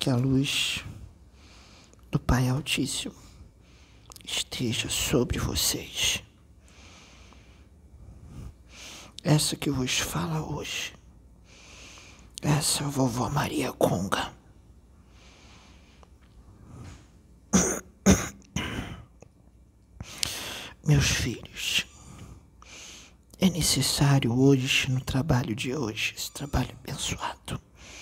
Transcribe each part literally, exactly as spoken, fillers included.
Que a luz do Pai Altíssimo esteja sobre vocês. Essa que vos fala hoje, essa é a vovó Maria Conga. Meus filhos, é necessário hoje, no trabalho de hoje, esse trabalho abençoado,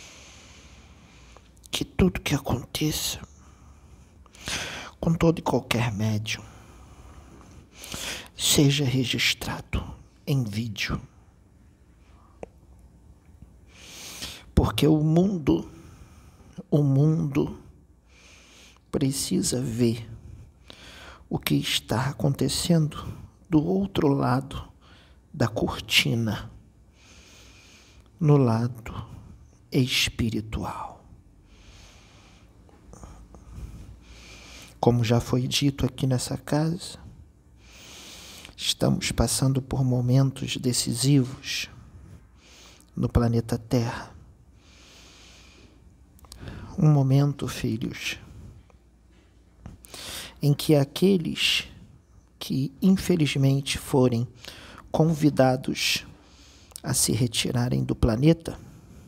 que tudo que aconteça com todo e qualquer médium seja registrado em vídeo. Porque o mundo, o mundo precisa ver o que está acontecendo do outro lado da cortina, no lado espiritual. Como já foi dito aqui nessa casa, estamos passando por momentos decisivos no planeta Terra. Um momento, filhos, em que aqueles que infelizmente forem convidados a se retirarem do planeta,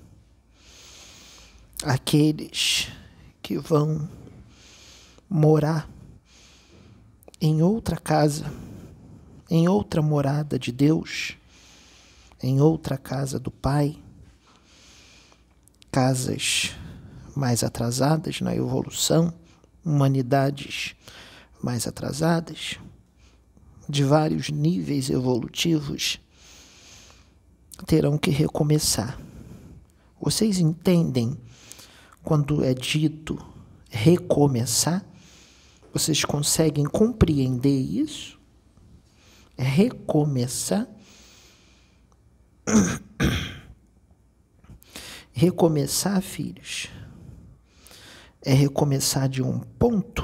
aqueles que vão morar em outra casa, em outra morada de Deus, em outra casa do Pai, casas mais atrasadas na evolução, humanidades mais atrasadas, de vários níveis evolutivos, terão que recomeçar. Vocês entendem quando é dito recomeçar? Vocês conseguem compreender isso? Recomeçar? Recomeçar, filhos, é recomeçar de um ponto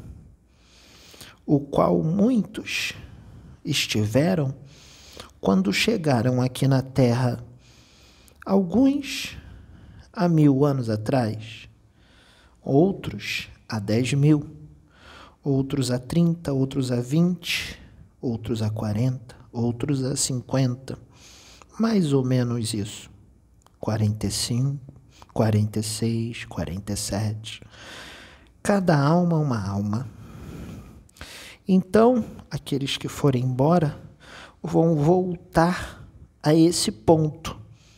o qual muitos estiveram quando chegaram aqui na Terra, alguns há mil anos atrás, outros há dez mil, outros há trinta, outros há vinte, outros há quarenta, outros há cinquenta, mais ou menos isso, quarenta e cinco, quarenta e seis, quarenta e sete, cada alma uma alma. Então, aqueles que forem embora vão voltar a esse ponto,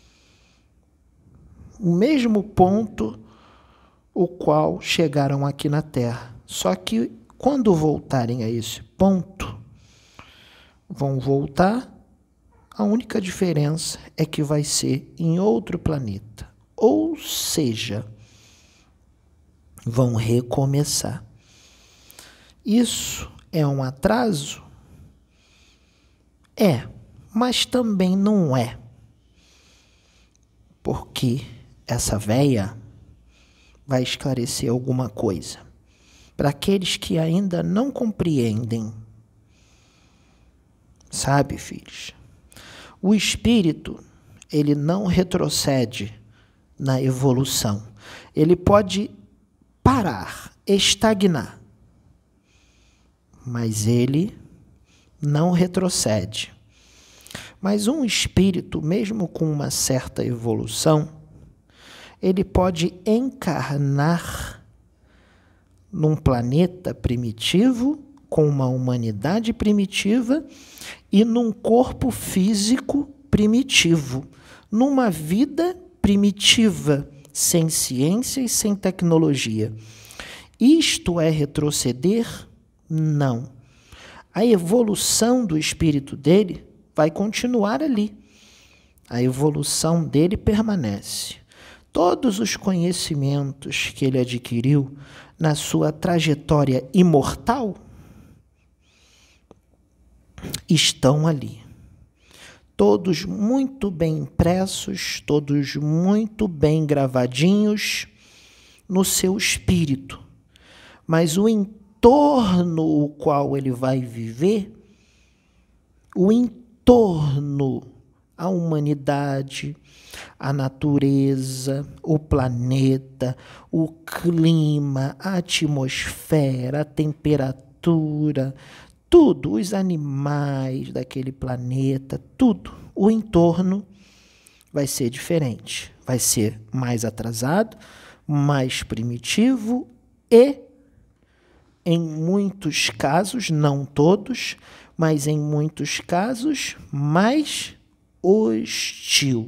o mesmo ponto o qual chegaram aqui na Terra. Só que quando voltarem a esse ponto, vão voltar, a única diferença é que vai ser em outro planeta. Ou seja, vão recomeçar. Isso é um atraso? É, mas também não é. Porque essa véia vai esclarecer alguma coisa. Para aqueles que ainda não compreendem. Sabe, filhos? O espírito, ele não retrocede na evolução. Ele pode parar, estagnar. Mas ele não retrocede. Mas um espírito, mesmo com uma certa evolução, ele pode encarnar num planeta primitivo, com uma humanidade primitiva e num corpo físico primitivo, numa vida primitiva, sem ciência e sem tecnologia. Isto é retroceder? Não. A evolução do espírito dele vai continuar ali. A evolução dele permanece. Todos os conhecimentos que ele adquiriu na sua trajetória imortal estão ali. Todos muito bem impressos, todos muito bem gravadinhos no seu espírito. Mas o entorno o qual ele vai viver, o entorno a humanidade, a natureza, o planeta, o clima, a atmosfera, a temperatura, tudo, os animais daquele planeta, tudo, o entorno vai ser diferente, vai ser mais atrasado, mais primitivo e, em muitos casos, não todos, mas em muitos casos, mais hostil.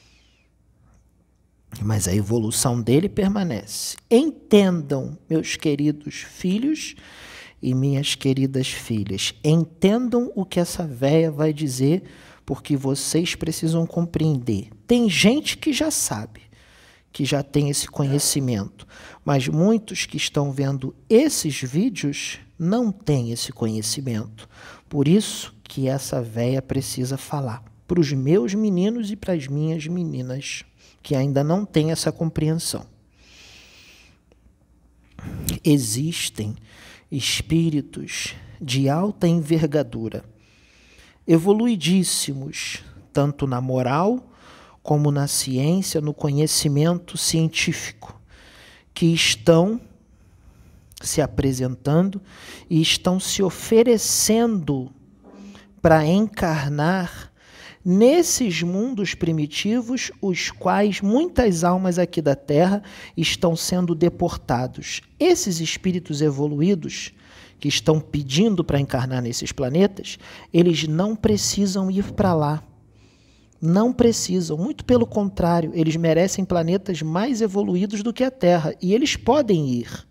Mas a evolução dele permanece. Entendam, meus queridos filhos e minhas queridas filhas, entendam o que essa véia vai dizer, porque vocês precisam compreender. Tem gente que já sabe, que já tem esse conhecimento, mas muitos que estão vendo esses vídeos não têm esse conhecimento. Por isso que essa véia precisa falar para os meus meninos e para as minhas meninas, que ainda não têm essa compreensão. Existem espíritos de alta envergadura, evoluidíssimos, tanto na moral como na ciência, no conhecimento científico, que estão se apresentando e estão se oferecendo para encarnar nesses mundos primitivos, os quais muitas almas aqui da Terra estão sendo deportados. Esses espíritos evoluídos que estão pedindo para encarnar nesses planetas, eles não precisam ir para lá. Não precisam, muito pelo contrário, eles merecem planetas mais evoluídos do que a Terra, e eles podem ir,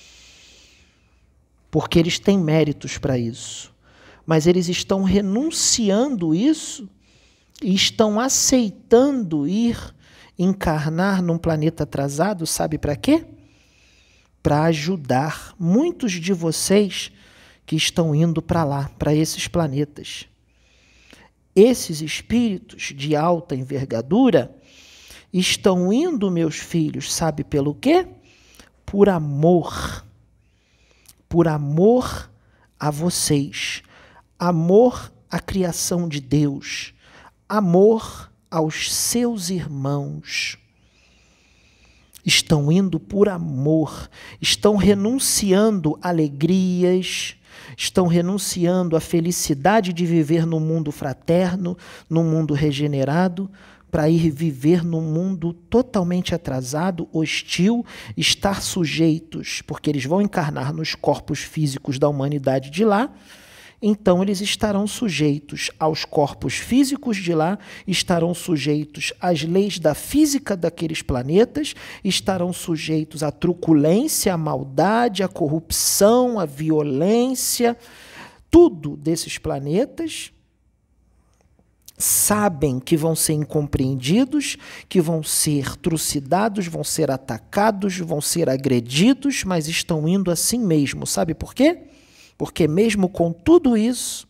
porque eles têm méritos para isso. Mas eles estão renunciando isso e estão aceitando ir encarnar num planeta atrasado, sabe para quê? Para ajudar muitos de vocês que estão indo para lá, para esses planetas. Esses espíritos de alta envergadura estão indo, meus filhos, sabe pelo quê? Por amor. Por amor a vocês. Amor à criação de Deus. Amor aos seus irmãos. Estão indo por amor. Estão renunciando alegrias, estão renunciando à felicidade de viver num mundo fraterno, num mundo regenerado, para ir viver num mundo totalmente atrasado, hostil, estar sujeitos, porque eles vão encarnar nos corpos físicos da humanidade de lá, então eles estarão sujeitos aos corpos físicos de lá, estarão sujeitos às leis da física daqueles planetas, estarão sujeitos à truculência, à maldade, à corrupção, à violência, tudo desses planetas. Sabem que vão ser incompreendidos, que vão ser trucidados, vão ser atacados, vão ser agredidos, mas estão indo assim mesmo. Sabe por quê? Porque mesmo com tudo isso,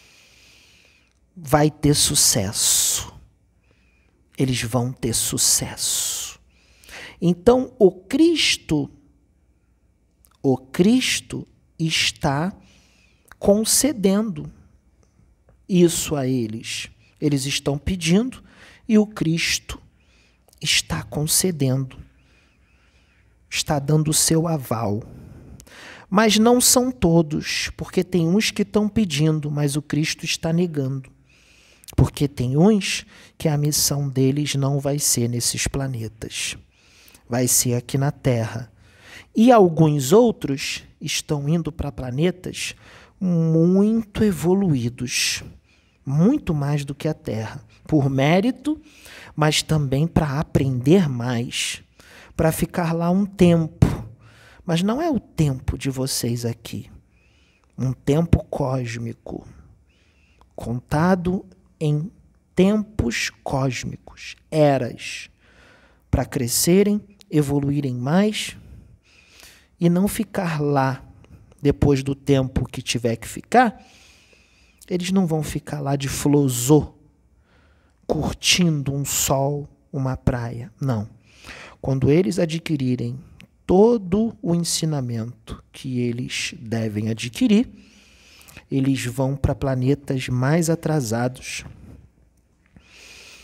vai ter sucesso. Eles vão ter sucesso. Então, o Cristo, o Cristo está concedendo isso a eles. Eles estão pedindo e o Cristo está concedendo. Está dando o seu aval. Mas não são todos, porque tem uns que estão pedindo, mas o Cristo está negando. Porque tem uns que a missão deles não vai ser nesses planetas. Vai ser aqui na Terra. E alguns outros estão indo para planetas muito evoluídos. Muito mais do que a Terra. Por mérito, mas também para aprender mais. Para ficar lá um tempo. Mas não é o tempo de vocês aqui. Um tempo cósmico, contado em tempos cósmicos, eras, para crescerem, evoluírem mais e não ficar lá depois do tempo que tiver que ficar. Eles não vão ficar lá de flosô, curtindo um sol, uma praia. Não. Quando eles adquirirem todo o ensinamento que eles devem adquirir, eles vão para planetas mais atrasados,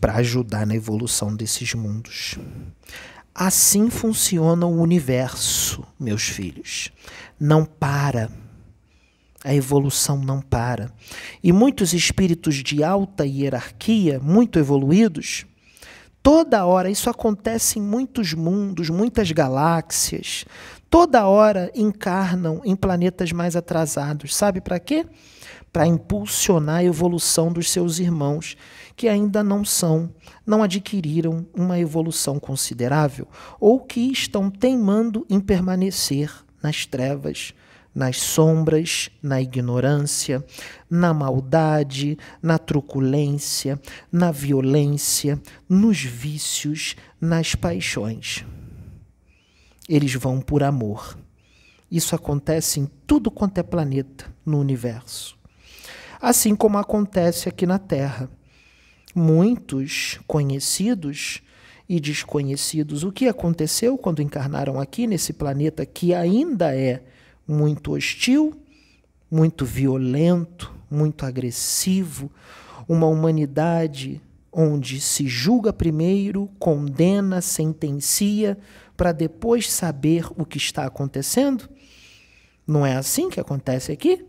para ajudar na evolução desses mundos. Assim funciona o universo, meus filhos. Não para. A evolução não para. E muitos espíritos de alta hierarquia, muito evoluídos, toda hora, isso acontece em muitos mundos, muitas galáxias, toda hora encarnam em planetas mais atrasados. Sabe para quê? Para impulsionar a evolução dos seus irmãos, que ainda não são, não adquiriram uma evolução considerável, ou que estão teimando em permanecer nas trevas, nas sombras, na ignorância, na maldade, na truculência, na violência, nos vícios, nas paixões. Eles vão por amor. Isso acontece em tudo quanto é planeta no universo. Assim como acontece aqui na Terra. Muitos conhecidos e desconhecidos. O que aconteceu quando encarnaram aqui nesse planeta que ainda é muito hostil, muito violento, muito agressivo, uma humanidade onde se julga primeiro, condena, sentencia, para depois saber o que está acontecendo? Não é assim que acontece aqui?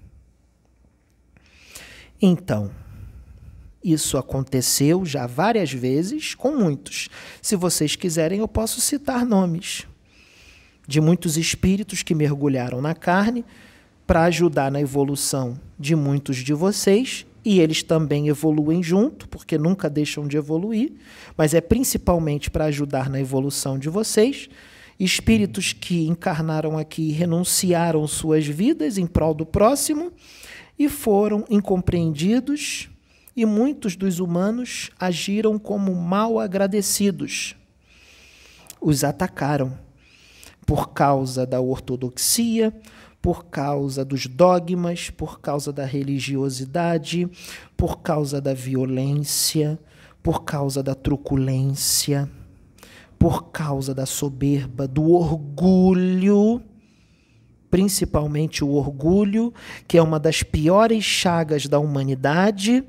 Então, isso aconteceu já várias vezes com muitos. Se vocês quiserem, eu posso citar nomes de muitos espíritos que mergulharam na carne para ajudar na evolução de muitos de vocês, e eles também evoluem junto, porque nunca deixam de evoluir, mas é principalmente para ajudar na evolução de vocês. Espíritos que encarnaram aqui e renunciaram suas vidas em prol do próximo e foram incompreendidos, e muitos dos humanos agiram como mal agradecidos. Os atacaram por causa da ortodoxia, por causa dos dogmas, por causa da religiosidade, por causa da violência, por causa da truculência, por causa da soberba, do orgulho, principalmente o orgulho, que é uma das piores chagas da humanidade.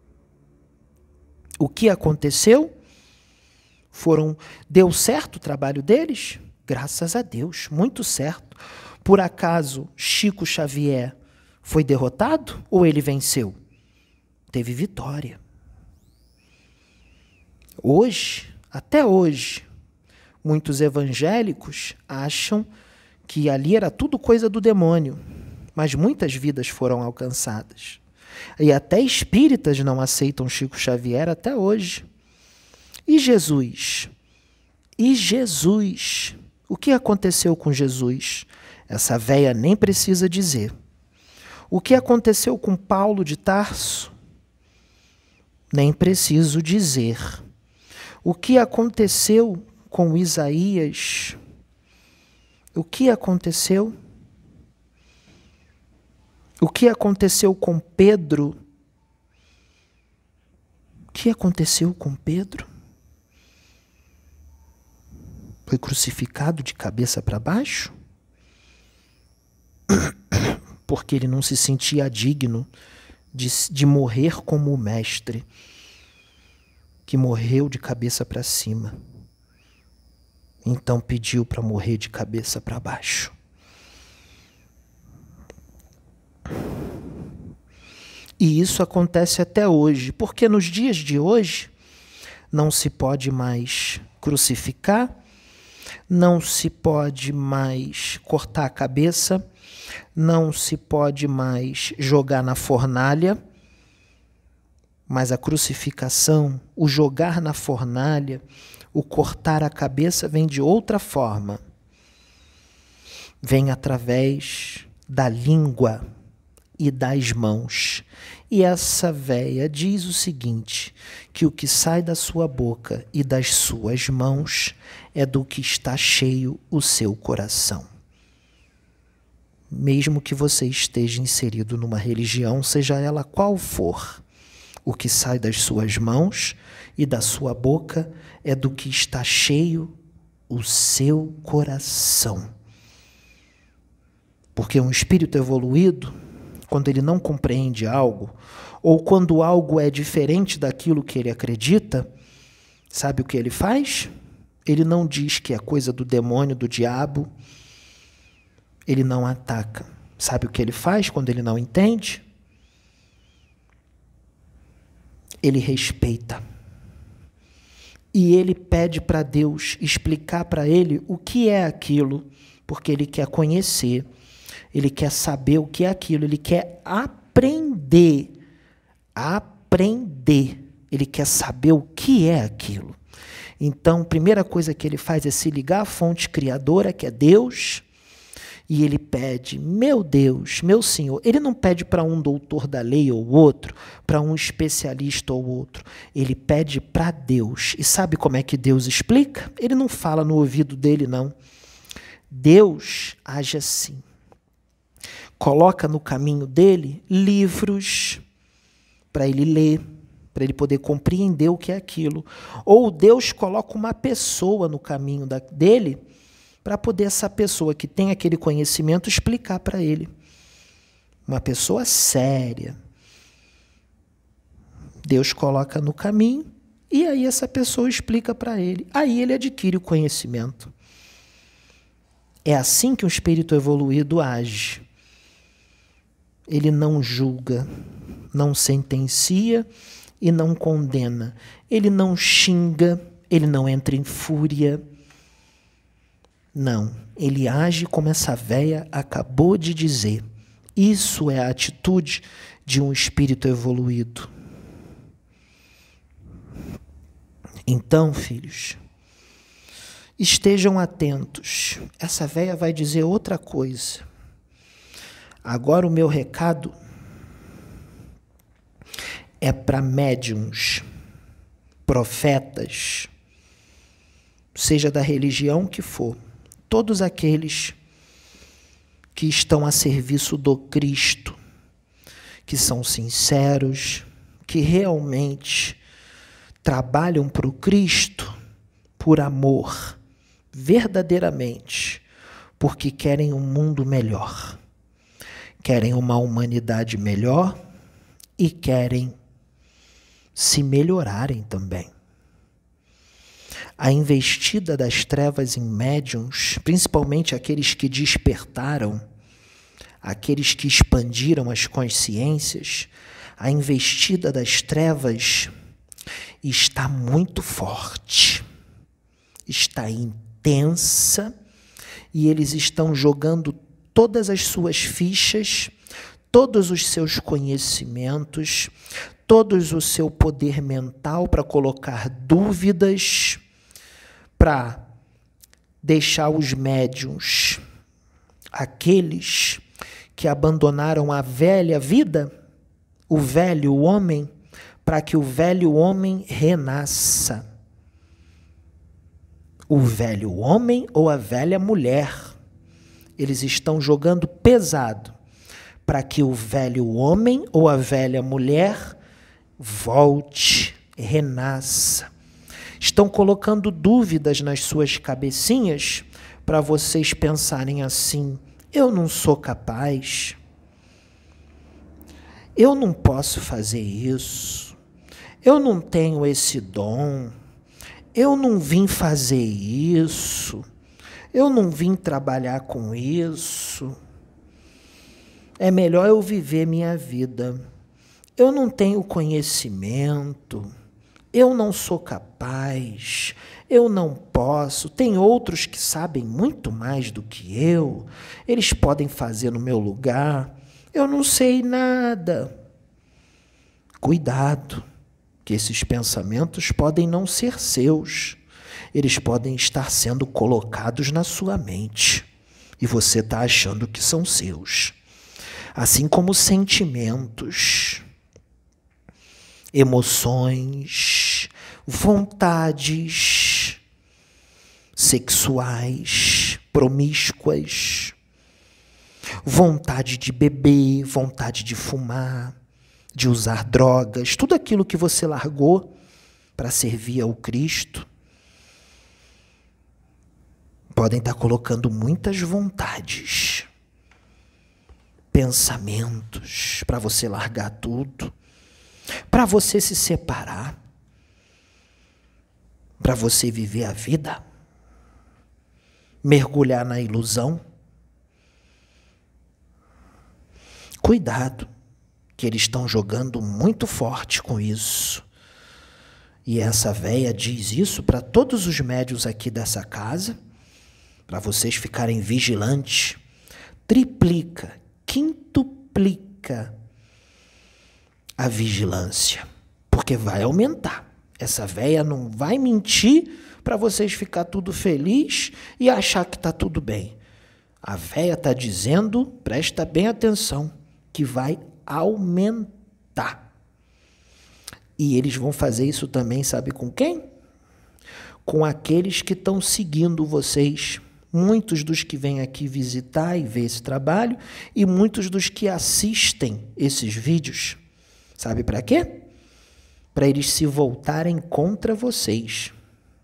O que aconteceu? Foram, deu certo o trabalho deles? Graças a Deus, muito certo. Por acaso Chico Xavier foi derrotado ou ele venceu? Teve vitória. Hoje, até hoje, muitos evangélicos acham que ali era tudo coisa do demônio, mas muitas vidas foram alcançadas. E até espíritas não aceitam Chico Xavier até hoje. E Jesus? E Jesus? O que aconteceu com Jesus? Essa véia nem precisa dizer. O que aconteceu com Paulo de Tarso? Nem preciso dizer. O que aconteceu com Isaías? O que aconteceu? O que aconteceu com Pedro? O que aconteceu com Pedro? Foi crucificado de cabeça para baixo? Porque ele não se sentia digno de, de morrer como o mestre, que morreu de cabeça para cima. Então pediu para morrer de cabeça para baixo. E isso acontece até hoje, porque nos dias de hoje não se pode mais crucificar, não se pode mais cortar a cabeça, não se pode mais jogar na fornalha, mas a crucificação, o jogar na fornalha, o cortar a cabeça vem de outra forma. Vem através da língua e das mãos. E essa véia diz o seguinte, que o que sai da sua boca e das suas mãos é do que está cheio o seu coração. Mesmo que você esteja inserido numa religião, seja ela qual for, o que sai das suas mãos e da sua boca é do que está cheio o seu coração. Porque um espírito evoluído, quando ele não compreende algo, ou quando algo é diferente daquilo que ele acredita, sabe o que ele faz? Ele não diz que é coisa do demônio, do diabo. Ele não ataca. Sabe o que ele faz quando ele não entende? Ele respeita. E ele pede para Deus explicar para ele o que é aquilo, porque ele quer conhecer, ele quer saber o que é aquilo, ele quer aprender. Aprender. Ele quer saber o que é aquilo. Então, a primeira coisa que ele faz é se ligar à fonte criadora, que é Deus, e ele pede, meu Deus, meu Senhor. Ele não pede para um doutor da lei ou outro, para um especialista ou outro. Ele pede para Deus. E sabe como é que Deus explica? Ele não fala no ouvido dele, não. Deus age assim. Coloca no caminho dele livros para ele ler, para ele poder compreender o que é aquilo. Ou Deus coloca uma pessoa no caminho da, dele, para poder essa pessoa que tem aquele conhecimento explicar para ele. Uma pessoa séria. Deus coloca no caminho e aí essa pessoa explica para ele. Aí ele adquire o conhecimento. É assim que o espírito evoluído age. Ele não julga, não sentencia e não condena. Ele não xinga, ele não entra em fúria. Não, ele age como essa véia acabou de dizer. Isso é a atitude de um espírito evoluído. Então, filhos, estejam atentos. Essa véia vai dizer outra coisa. Agora o meu recado é para médiuns, profetas, seja da religião que for, todos aqueles que estão a serviço do Cristo, que são sinceros, que realmente trabalham para o Cristo por amor, verdadeiramente, porque querem um mundo melhor, querem uma humanidade melhor e querem se melhorarem também. A investida das trevas em médiuns, principalmente aqueles que despertaram, aqueles que expandiram as consciências, a investida das trevas está muito forte, está intensa, e eles estão jogando todas as suas fichas, todos os seus conhecimentos, todos o seu poder mental para colocar dúvidas, para deixar os médiuns, aqueles que abandonaram a velha vida, o velho homem, para que o velho homem renasça. O velho homem ou a velha mulher, eles estão jogando pesado para que o velho homem ou a velha mulher volte, renasça. Estão colocando dúvidas nas suas cabecinhas para vocês pensarem assim: eu não sou capaz, eu não posso fazer isso, eu não tenho esse dom, eu não vim fazer isso, eu não vim trabalhar com isso, é melhor eu viver minha vida, eu não tenho conhecimento, eu não sou capaz, eu não posso, tem outros que sabem muito mais do que eu, eles podem fazer no meu lugar, eu não sei nada. Cuidado, que esses pensamentos podem não ser seus, eles podem estar sendo colocados na sua mente, e você está achando que são seus. Assim como sentimentos, emoções, vontades sexuais, promíscuas, vontade de beber, vontade de fumar, de usar drogas, tudo aquilo que você largou para servir ao Cristo, podem estar colocando muitas vontades. pensamentos para você largar tudo, para você se separar, para você viver a vida, mergulhar na ilusão. Cuidado, que eles estão jogando muito forte com isso. E essa véia diz isso para todos os médiuns aqui dessa casa, para vocês ficarem vigilantes. Triplica, quintuplica a vigilância, porque vai aumentar. Essa véia não vai mentir para vocês ficar tudo feliz e achar que está tudo bem. A véia está dizendo, presta bem atenção, que vai aumentar. E eles vão fazer isso também, sabe com quem? Com aqueles que estão seguindo vocês. Muitos dos que vêm aqui visitar e ver esse trabalho e muitos dos que assistem esses vídeos. Sabe para quê? Para eles se voltarem contra vocês.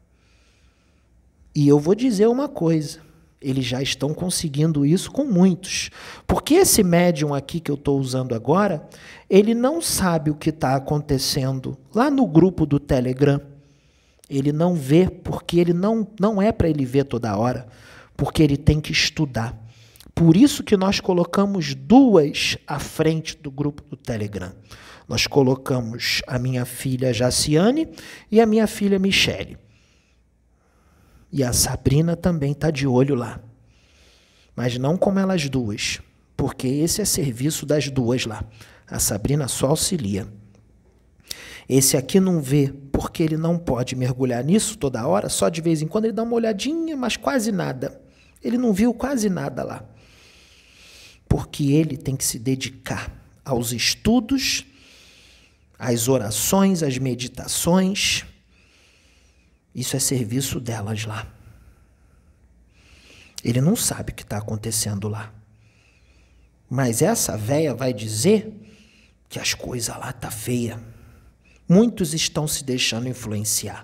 E eu vou dizer uma coisa, eles já estão conseguindo isso com muitos. Porque esse médium aqui que eu estou usando agora, ele não sabe o que está acontecendo lá no grupo do Telegram. Ele não vê, porque ele não, não é para ele ver toda hora, porque ele tem que estudar. Por isso que nós colocamos duas à frente do grupo do Telegram. Nós colocamos a minha filha Jaciane e a minha filha Michele. E a Sabrina também está de olho lá. Mas não como elas duas, porque esse é serviço das duas lá. A Sabrina só auxilia. Esse aqui não vê, porque ele não pode mergulhar nisso toda hora, só de vez em quando ele dá uma olhadinha, mas quase nada. Ele não viu quase nada lá. Porque ele tem que se dedicar aos estudos, às orações, às meditações. Isso é serviço delas lá. Ele não sabe o que está acontecendo lá. Mas essa véia vai dizer que as coisas lá estão feias. Muitos estão se deixando influenciar.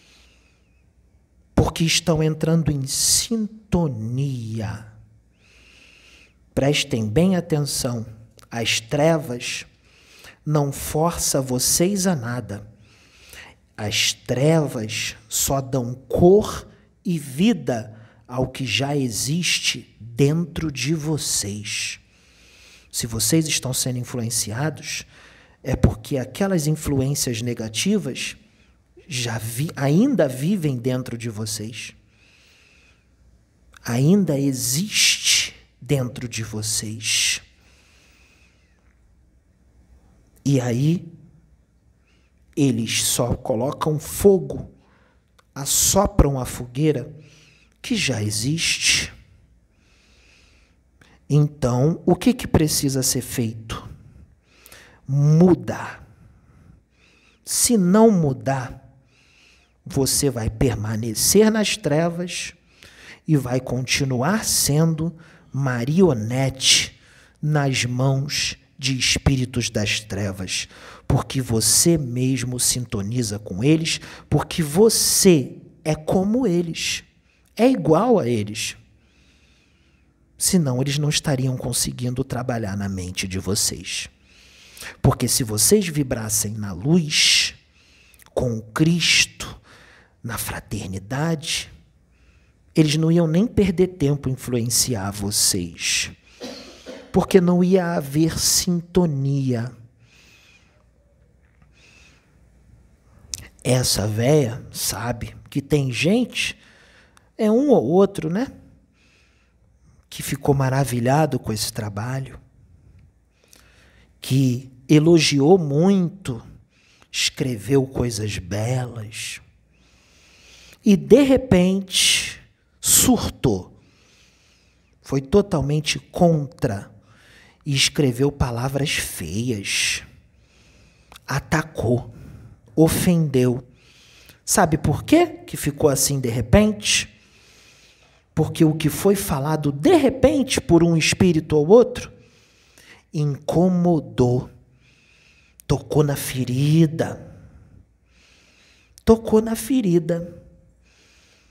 Porque estão entrando em sintonia. Prestem bem atenção. As trevas não forçam vocês a nada. As trevas só dão cor e vida ao que já existe dentro de vocês. Se vocês estão sendo influenciados, é porque aquelas influências negativas já vi, ainda vivem dentro de vocês. Ainda existe dentro de vocês. E aí, eles só colocam fogo, assopram a fogueira que já existe. Então, o que, que precisa ser feito? Mudar. Se não mudar, você vai permanecer nas trevas e vai continuar sendo marionete nas mãos de espíritos das trevas, porque você mesmo sintoniza com eles, porque você é como eles, é igual a eles. Senão eles não estariam conseguindo trabalhar na mente de vocês. Porque se vocês vibrassem na luz, com Cristo, na fraternidade, eles não iam nem perder tempo em influenciar vocês. Porque não ia haver sintonia. Essa véia sabe que tem gente, é um ou outro, né? Que ficou maravilhado com esse trabalho, que elogiou muito, escreveu coisas belas, e de repente surtou, foi totalmente contra e escreveu palavras feias, atacou, ofendeu. Sabe por quê que ficou assim de repente? Porque o que foi falado de repente por um espírito ou outro incomodou, tocou na ferida, tocou na ferida.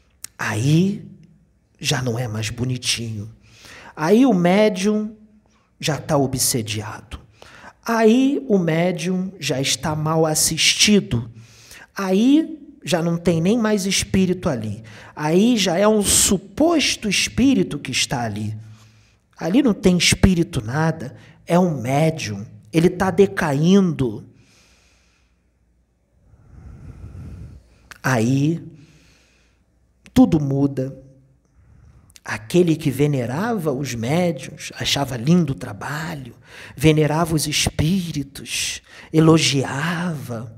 Aí já não é mais bonitinho. Aí o médium já está obsediado. Aí o médium já está mal assistido. Aí já não tem nem mais espírito ali. Aí já é um suposto espírito que está ali. Ali não tem espírito nada, é um médium. Ele está decaindo. Aí tudo muda. Aquele que venerava os médiuns, achava lindo o trabalho, venerava os espíritos, elogiava,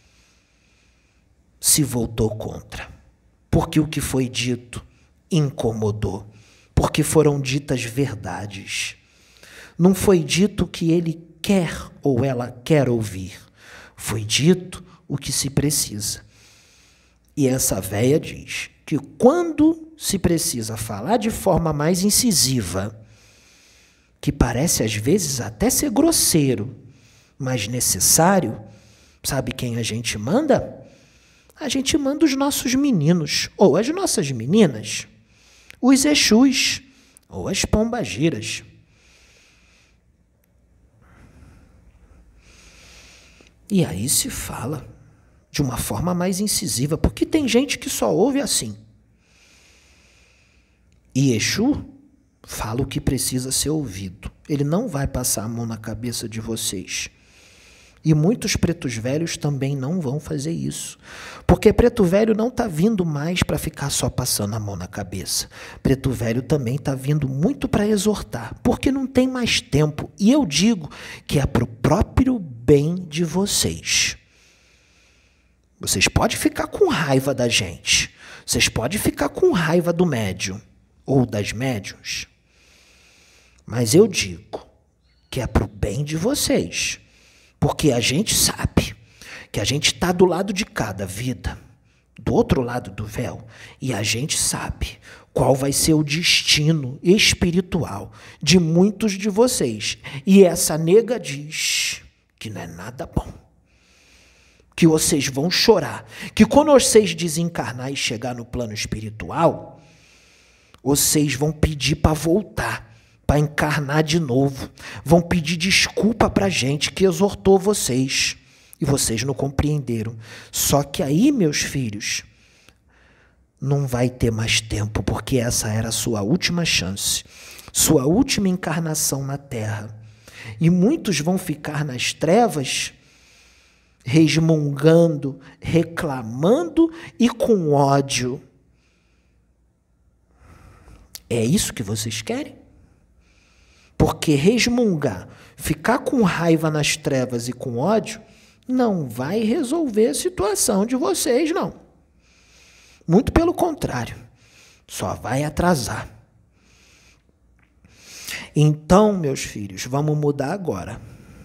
se voltou contra. Porque o que foi dito incomodou. Porque foram ditas verdades. Não foi dito o que ele quer ou ela quer ouvir. Foi dito o que se precisa. E essa véia diz que quando se precisa falar de forma mais incisiva, que parece às vezes até ser grosseiro, mas necessário, sabe quem a gente manda? A gente manda os nossos meninos, ou as nossas meninas, os Exus, ou as pombagiras. E aí se fala de uma forma mais incisiva, porque tem gente que só ouve assim. E Exu fala o que precisa ser ouvido. Ele não vai passar a mão na cabeça de vocês. E muitos pretos velhos também não vão fazer isso. Porque preto velho não está vindo mais para ficar só passando a mão na cabeça. Preto velho também está vindo muito para exortar, porque não tem mais tempo. E eu digo que é para o próprio bem de vocês. Vocês podem ficar com raiva da gente. Vocês podem ficar com raiva do médium ou das médiuns. Mas eu digo que é para o bem de vocês. Porque a gente sabe que a gente está do lado de cada vida, do outro lado do véu, e a gente sabe qual vai ser o destino espiritual de muitos de vocês. E essa nega diz que não é nada bom. Que vocês vão chorar. Que quando vocês desencarnar e chegar no plano espiritual, vocês vão pedir para voltar, para encarnar de novo. Vão pedir desculpa para a gente que exortou vocês. E vocês não compreenderam. Só que aí, meus filhos, não vai ter mais tempo, porque essa era a sua última chance. Sua última encarnação na Terra. E muitos vão ficar nas trevas, resmungando, reclamando e com ódio. É isso que vocês querem? Porque resmungar, ficar com raiva nas trevas e com ódio, não vai resolver a situação de vocês, não. Muito pelo contrário, só vai atrasar. Então, meus filhos, vamos mudar agora.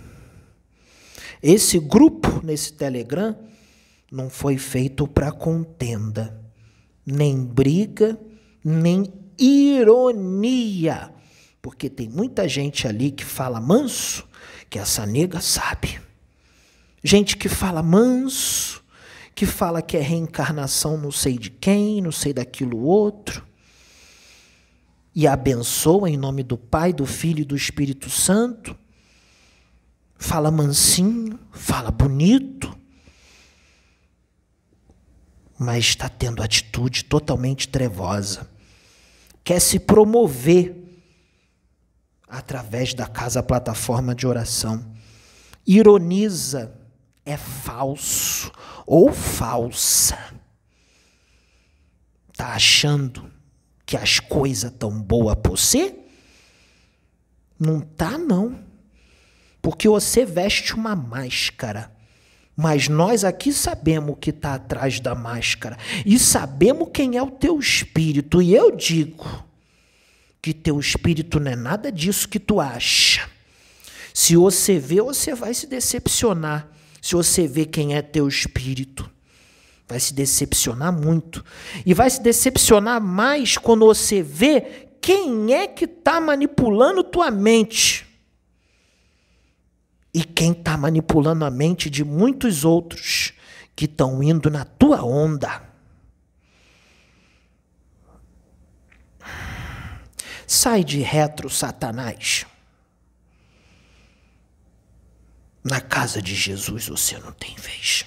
Esse grupo, nesse Telegram, não foi feito para contenda, nem briga, nem ironia. Porque tem muita gente ali que fala manso, que essa nega sabe. Gente que fala manso, que fala que é reencarnação não sei de quem, não sei daquilo outro. E abençoa em nome do Pai, do Filho e do Espírito Santo. Fala mansinho, fala bonito. Mas está tendo atitude totalmente trevosa. Quer se promover através da casa plataforma de oração. Ironiza, é falso ou falsa. Tá achando que as coisas tão boas para você? Não tá, não. Porque você veste uma máscara. Mas nós aqui sabemos o que está atrás da máscara. E sabemos quem é o teu espírito. E eu digo que teu espírito não é nada disso que tu acha. Se você vê, você vai se decepcionar. Se você vê quem é teu espírito, vai se decepcionar muito. E vai se decepcionar mais quando você vê quem é que está manipulando tua mente. E quem está manipulando a mente de muitos outros que estão indo na tua onda. Sai de retro, Satanás. Na casa de Jesus você não tem vez.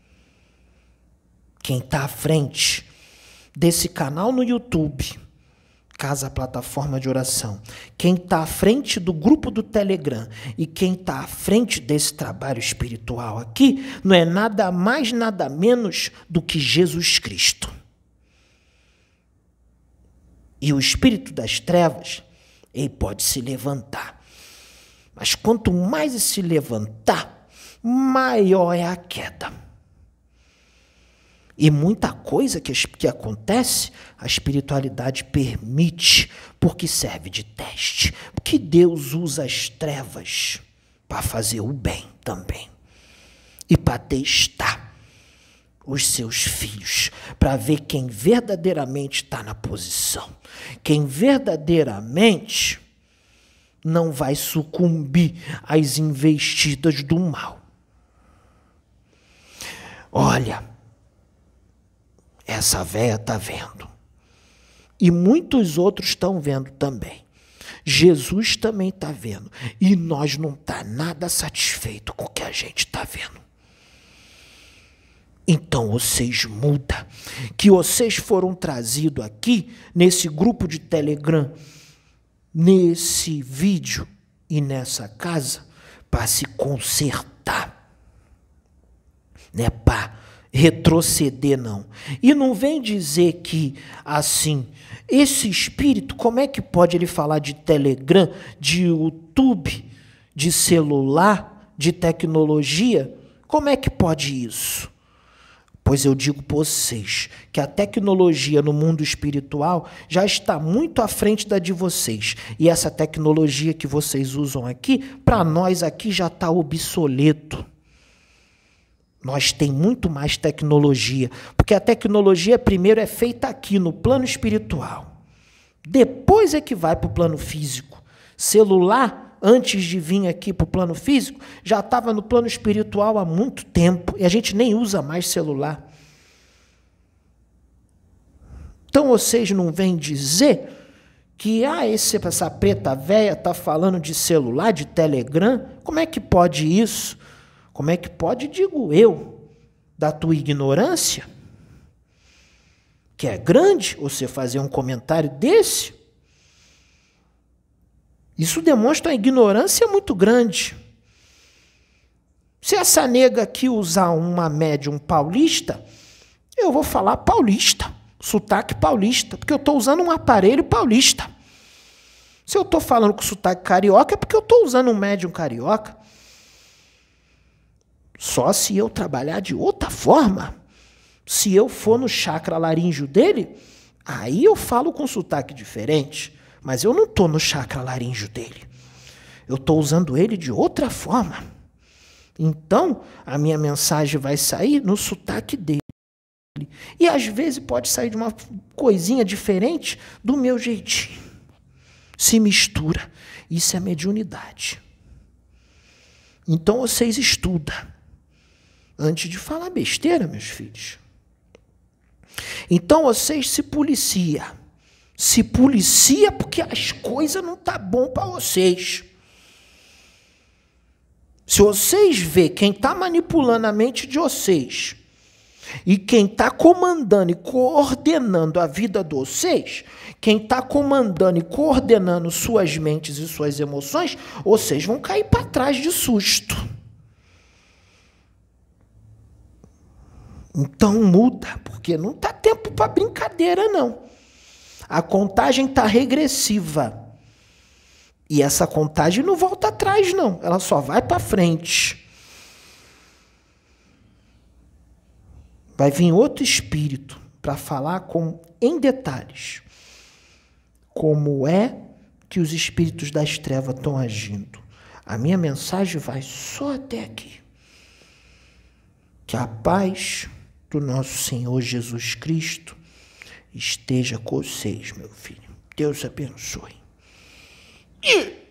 Quem está à frente desse canal no YouTube, Casa Plataforma de Oração, quem está à frente do grupo do Telegram e quem está à frente desse trabalho espiritual aqui, não é nada mais, nada menos do que Jesus Cristo. E o espírito das trevas, ele pode se levantar. Mas quanto mais ele se levantar, maior é a queda. E muita coisa que, que acontece, a espiritualidade permite, porque serve de teste. Porque Deus usa as trevas para fazer o bem também. E para testar os seus filhos, para ver quem verdadeiramente está na posição. Quem verdadeiramente não vai sucumbir às investidas do mal. Olha, essa véia está vendo. E muitos outros estão vendo também. Jesus também está vendo. E nós não está nada satisfeito com o que a gente está vendo. Então vocês mudam. Que vocês foram trazidos aqui, nesse grupo de Telegram, nesse vídeo e nessa casa, para se consertar. Não é para retroceder, não. E não vem dizer que, assim, esse espírito, como é que pode ele falar de Telegram, de YouTube, de celular, de tecnologia? Como é que pode isso? Pois eu digo para vocês que a tecnologia no mundo espiritual já está muito à frente da de vocês. E essa tecnologia que vocês usam aqui, para nós aqui já está obsoleto. Nós tem muito mais tecnologia, porque a tecnologia primeiro é feita aqui no plano espiritual. Depois é que vai para o plano físico. Celular, antes de vir aqui para o plano físico, já estava no plano espiritual há muito tempo, e a gente nem usa mais celular. Então vocês não vêm dizer que ah, esse, essa preta véia está falando de celular, de Telegram? Como é que pode isso? Como é que pode, digo eu, da tua ignorância, que é grande, você fazer um comentário desse? Isso demonstra uma ignorância muito grande. Se essa nega aqui usar uma médium paulista, eu vou falar paulista, sotaque paulista, porque eu estou usando um aparelho paulista. Se eu estou falando com sotaque carioca, é porque eu estou usando um médium carioca. Só se eu trabalhar de outra forma, se eu for no chakra laríngeo dele, aí eu falo com sotaque diferente. Mas eu não estou no chakra laríngeo dele. Eu estou usando ele de outra forma. Então, a minha mensagem vai sair no sotaque dele. E às vezes pode sair de uma coisinha diferente do meu jeitinho. Se mistura. Isso é mediunidade. Então vocês estudam antes de falar besteira, meus filhos. Então vocês se policiam. Se policia porque as coisas não tá bom para vocês. Se vocês vê quem está manipulando a mente de vocês e quem está comandando e coordenando a vida de vocês, quem está comandando e coordenando suas mentes e suas emoções, vocês vão cair para trás de susto. Então muda, porque não está tempo para brincadeira, não. A contagem está regressiva. E essa contagem não volta atrás, não. Ela só vai para frente. Vai vir outro espírito para falar com, em detalhes como é que os espíritos das trevas estão agindo. A minha mensagem vai só até aqui. Que a paz do nosso Senhor Jesus Cristo esteja com vocês, meu filho. Deus abençoe. E...